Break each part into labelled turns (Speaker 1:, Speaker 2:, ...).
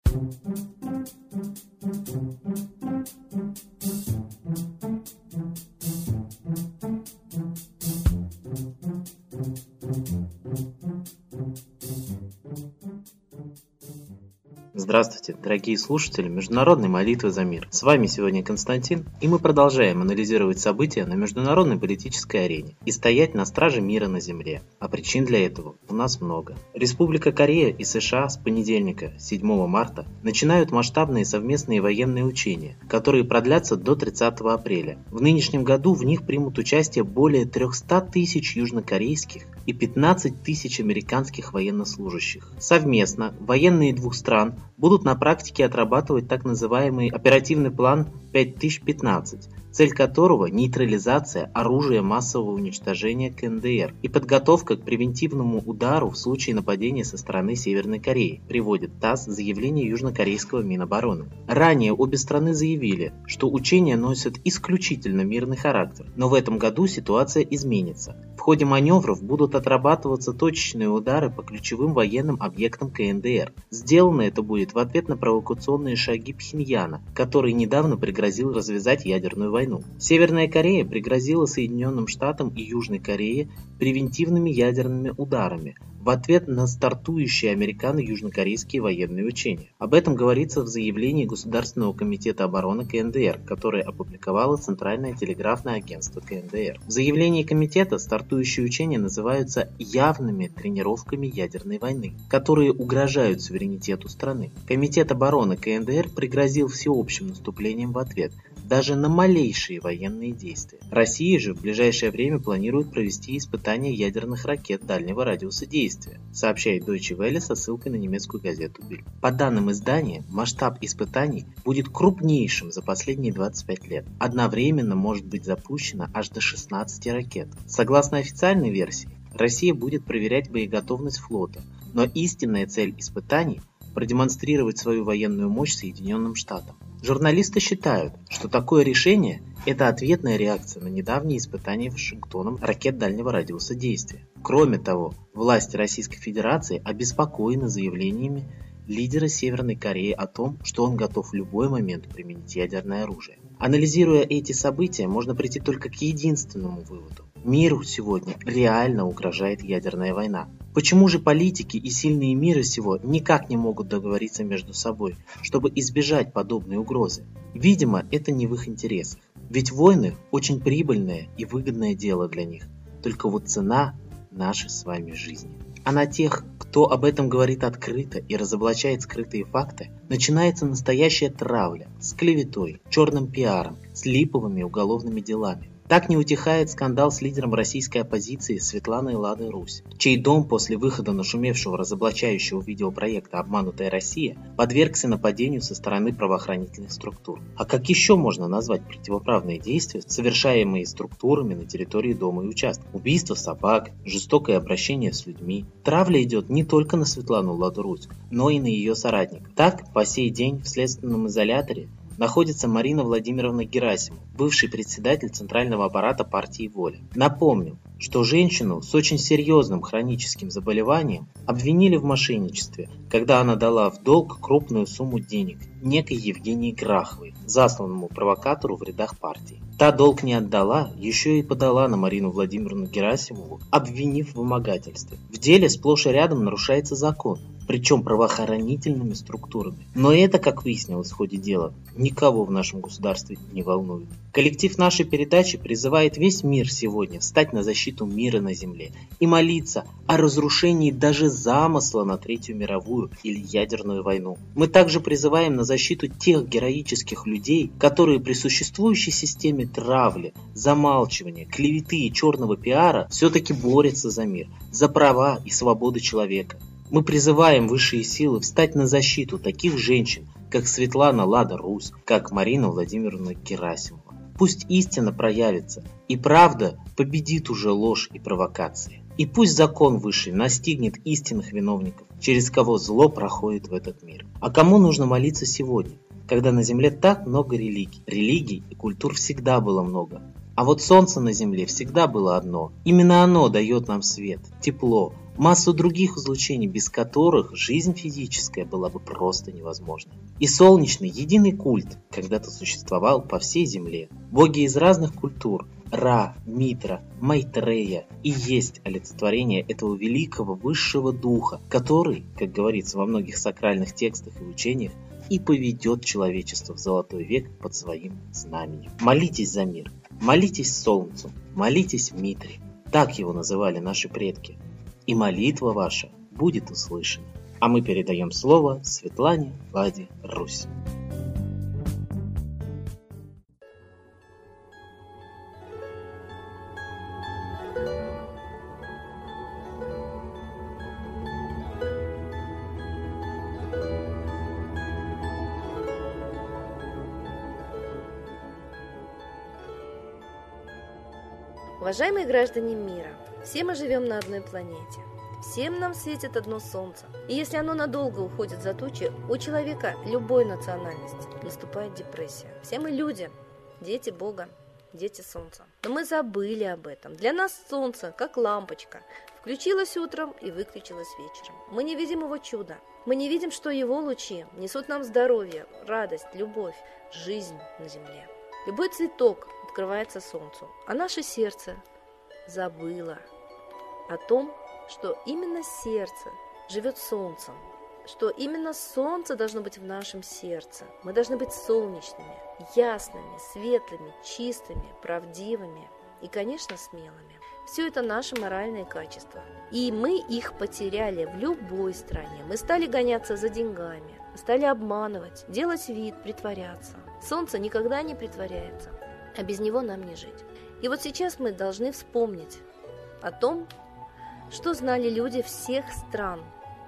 Speaker 1: Здравствуйте, дорогие слушатели Международной молитвы за мир. С вами сегодня Константин, и мы продолжаем анализировать события на международной политической арене и стоять на страже мира на Земле. А причин для этого у нас много. Республика Корея и США с понедельника, 7 марта, начинают масштабные совместные военные учения, которые продлятся до 30 апреля. В нынешнем году в них примут участие более 300 тысяч южнокорейских и 15 тысяч американских военнослужащих. Совместно военные двух стран будут на практике отрабатывать так называемый оперативный план 5015, цель которого – нейтрализация оружия массового уничтожения КНДР и подготовка к превентивному удару в случае нападения со стороны Северной Кореи, приводит ТАСС заявление южнокорейского Минобороны. Ранее обе страны заявили, что учения носят исключительно мирный характер, но в этом году ситуация изменится. В ходе маневров будут отрабатываться точечные удары по ключевым военным объектам КНДР. Сделано это будет в ответ на провокационные шаги Пхеньяна, который недавно пригрозил развязать ядерную войну. Северная Корея пригрозила Соединенным Штатам и Южной Корее превентивными ядерными ударами в ответ на стартующие американо-южнокорейские военные учения. Об этом говорится в заявлении Государственного комитета обороны КНДР, которое опубликовало Центральное телеграфное агентство КНДР. В заявлении комитета стартующие учения называются явными тренировками ядерной войны, которые угрожают суверенитету страны. Комитет обороны КНДР пригрозил всеобщим наступлением в ответ даже на малейшие военные действия. Россия же в ближайшее время планирует провести испытания ядерных ракет дальнего радиуса действия, сообщает Deutsche Welle со ссылкой на немецкую газету Bild. По данным издания, масштаб испытаний будет крупнейшим за последние 25 лет. Одновременно может быть запущено аж до 16 ракет. Согласно официальной версии, Россия будет проверять боеготовность флота, но истинная цель испытаний – продемонстрировать свою военную мощь Соединенным Штатам. Журналисты считают, что такое решение – это ответная реакция на недавние испытания Вашингтоном ракет дальнего радиуса действия. Кроме того, власти Российской Федерации обеспокоены заявлениями лидера Северной Кореи о том, что он готов в любой момент применить ядерное оружие. Анализируя эти события, можно прийти только к единственному выводу. Миру сегодня реально угрожает ядерная война. Почему же политики и сильные мира сего никак не могут договориться между собой, чтобы избежать подобной угрозы? Видимо, это не в их интересах. Ведь войны – очень прибыльное и выгодное дело для них. Только вот цена – нашей с вами жизни. А на тех, кто об этом говорит открыто и разоблачает скрытые факты, начинается настоящая травля с клеветой, черным пиаром, с липовыми уголовными делами. Так не утихает скандал с лидером российской оппозиции Светланой Ладой Русь, чей дом после выхода нашумевшего разоблачающего видеопроекта «Обманутая Россия» подвергся нападению со стороны правоохранительных структур. А как еще можно назвать противоправные действия, совершаемые структурами на территории дома и участка? Убийство собак, жестокое обращение с людьми. Травля идет не только на Светлану Ладу Русь, но и на ее соратников. Так, по сей день в следственном изоляторе находится Марина Владимировна Герасимова, бывший председатель Центрального аппарата партии «Воля». Напомним, что женщину с очень серьезным хроническим заболеванием обвинили в мошенничестве, когда она дала в долг крупную сумму денег некой Евгении Граховой, засланному провокатору в рядах партии. Та долг не отдала, еще и подала на Марину Владимировну Герасимову, обвинив в вымогательстве. В деле сплошь и рядом нарушается закон, причем правоохранительными структурами. Но это, как выяснилось в ходе дела, никого в нашем государстве не волнует. Коллектив нашей передачи призывает весь мир сегодня встать на защиту мира на земле и молиться о разрушении даже замысла на Третью мировую или ядерную войну. Мы также призываем на защиту тех героических людей, которые при существующей системе травли, замалчивания, клеветы и черного пиара все-таки борются за мир, за права и свободы человека. Мы призываем высшие силы встать на защиту таких женщин, как Светлана Лада Русь, как Марина Владимировна Герасимова. Пусть истина проявится, и правда победит уже ложь и провокации. И пусть закон высший настигнет истинных виновников, через кого зло проходит в этот мир. А кому нужно молиться сегодня, когда на земле так много религий? Религий и культур всегда было много. А вот солнце на земле всегда было одно. Именно оно дает нам свет, тепло, массу других излучений, без которых жизнь физическая была бы просто невозможна. И солнечный единый культ когда-то существовал по всей Земле. Боги из разных культур Ра, Митра, Майтрея и есть олицетворение этого великого высшего духа, который, как говорится во многих сакральных текстах и учениях, и поведет человечество в золотой век под своим знаменем. Молитесь за мир, молитесь солнцу, молитесь Митре. Так его называли наши предки. И молитва ваша будет услышана. А мы передаем слово Светлане Ладе Русь.
Speaker 2: Уважаемые граждане мира, все мы живем на одной планете. Всем нам светит одно солнце. И если оно надолго уходит за тучи, у человека любой национальности наступает депрессия. Все мы люди, дети Бога, дети солнца. Но мы забыли об этом. Для нас солнце, как лампочка, включилось утром и выключилось вечером. Мы не видим его чуда. Мы не видим, что его лучи несут нам здоровье, радость, любовь, жизнь на земле. Любой цветок открывается солнцу, а наше сердце забыло о том, что именно сердце живет солнцем, что именно солнце должно быть в нашем сердце. Мы должны быть солнечными, ясными, светлыми, чистыми, правдивыми и, конечно, смелыми. Все это наши моральные качества. И мы их потеряли в любой стране. Мы стали гоняться за деньгами, стали обманывать, делать вид, притворяться. Солнце никогда не притворяется, а без него нам не жить. И вот сейчас мы должны вспомнить о том, что знали люди всех стран.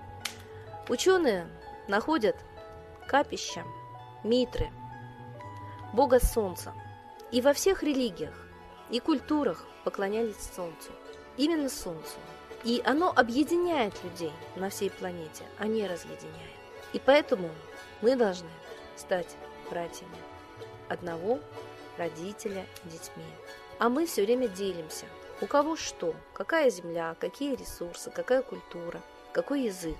Speaker 2: Ученые находят капища Митры, бога солнца. И во всех религиях и культурах поклонялись солнцу. Именно солнцу. И оно объединяет людей на всей планете, а не разъединяет. И поэтому мы должны стать братьями одного родителя детьми. А мы все время делимся. У кого что, какая земля, какие ресурсы, какая культура, какой язык.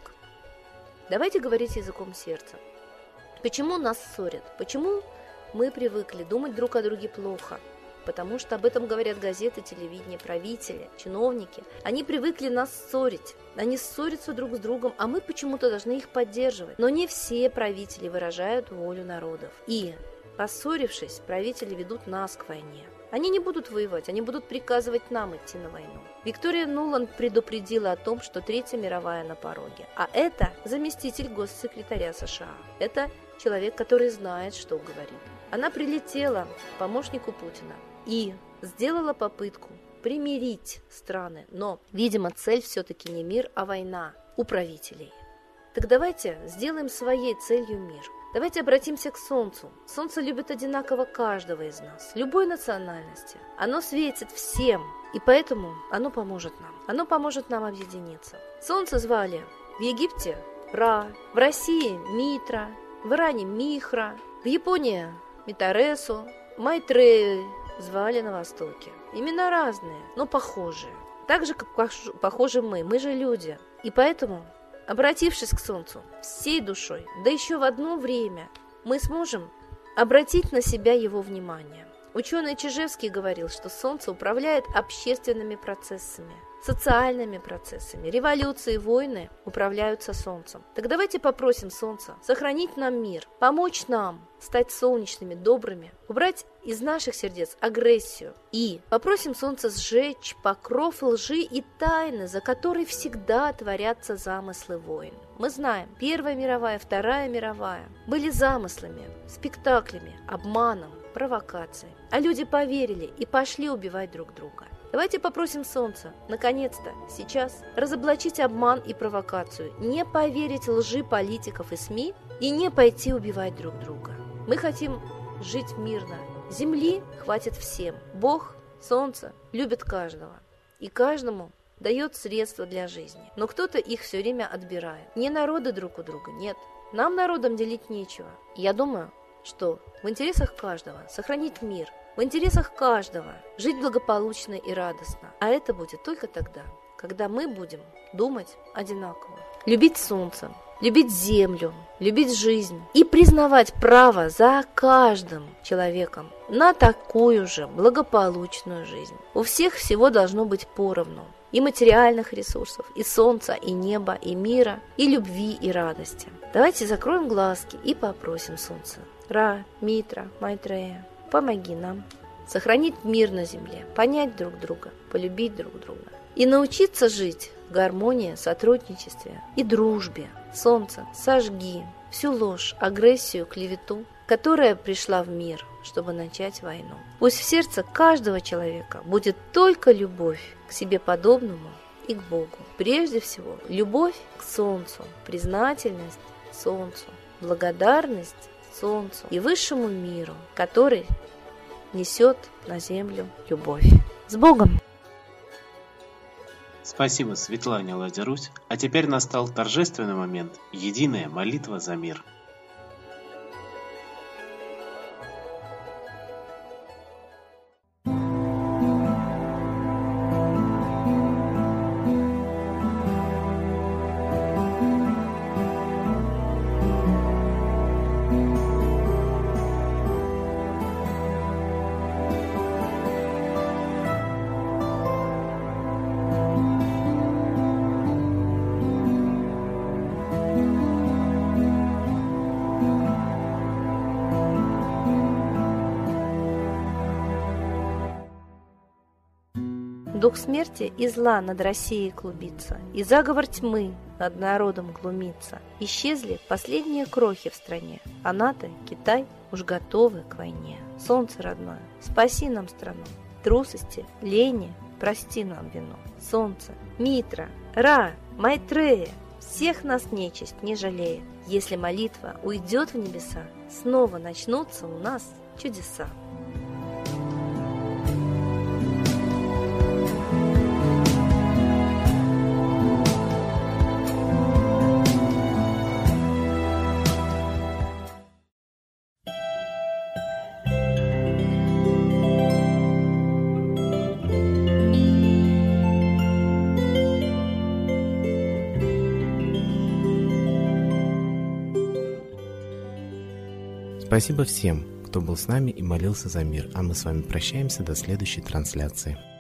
Speaker 2: Давайте говорить языком сердца. Почему нас ссорят? Почему мы привыкли думать друг о друге плохо? Потому что об этом говорят газеты, телевидение, правители, чиновники. Они привыкли нас ссорить. Они ссорятся друг с другом, а мы почему-то должны их поддерживать. Но не все правители выражают волю народов. И, поссорившись, правители ведут нас к войне. Они не будут воевать, они будут приказывать нам идти на войну. Виктория Нуланд предупредила о том, что Третья мировая на пороге. А это заместитель госсекретаря США. Это человек, который знает, что говорит. Она прилетела к помощнику Путина и сделала попытку примирить страны. Но, видимо, цель все-таки не мир, а война у правителей. Так давайте сделаем своей целью мир. Давайте обратимся к Солнцу. Солнце любит одинаково каждого из нас, любой национальности. Оно светит всем, и поэтому оно поможет нам. Оно поможет нам объединиться. Солнце звали в Египте Ра, в России Митра, в Иране Михра, в Японии Митаресу, Майтрею звали на Востоке. Имена разные, но похожие. Так же, как похожи мы же люди. И поэтому, обратившись к Солнцу всей душой, да еще в одно время, мы сможем обратить на себя его внимание. Ученый Чижевский говорил, что Солнце управляет общественными процессами, социальными процессами. Революции, войны управляются Солнцем. Так давайте попросим Солнца сохранить нам мир, помочь нам стать солнечными, добрыми, убрать из наших сердец агрессию. И попросим Солнца сжечь покров лжи и тайны, за которой всегда творятся замыслы войн. Мы знаем, Первая мировая, Вторая мировая были замыслами, спектаклями, обманом, провокацией. А люди поверили и пошли убивать друг друга. Давайте попросим Солнца, наконец-то, сейчас, разоблачить обман и провокацию, не поверить лжи политиков и СМИ и не пойти убивать друг друга. Мы хотим жить мирно. Земли хватит всем. Бог, Солнце любит каждого. И каждому дает средства для жизни. Но кто-то их все время отбирает. Не народы друг у друга, нет. Нам, народам, делить нечего. Я думаю, что в интересах каждого сохранить мир, в интересах каждого жить благополучно и радостно. А это будет только тогда, когда мы будем думать одинаково. Любить солнце, любить землю, любить жизнь и признавать право за каждым человеком на такую же благополучную жизнь. У всех всего должно быть поровну. И материальных ресурсов, и солнца, и неба, и мира, и любви, и радости. Давайте закроем глазки и попросим солнце. Ра, Митра, Майтрея, помоги нам сохранить мир на земле, понять друг друга, полюбить друг друга и научиться жить в гармонии, сотрудничестве и дружбе. Солнце, сожги всю ложь, агрессию, клевету, которая пришла в мир, чтобы начать войну. Пусть в сердце каждого человека будет только любовь к себе подобному и к Богу. Прежде всего, любовь к солнцу, признательность солнцу, благодарность солнцу и высшему миру, который несет на землю любовь. С Богом!
Speaker 1: Спасибо Светлане Ладя-Русь. А теперь настал торжественный момент – единая молитва за мир.
Speaker 2: Дух смерти и зла над Россией клубится, и заговор тьмы над народом глумится. Исчезли последние крохи в стране, а НАТО, Китай уж готовы к войне. Солнце родное, спаси нам страну, трусости, лени, прости нам вину. Солнце, Митра, Ра, Майтрея, всех нас нечисть не жалеет. Если молитва уйдет в небеса, снова начнутся у нас чудеса.
Speaker 3: Спасибо всем, кто был с нами и молился за мир, а мы с вами прощаемся до следующей трансляции.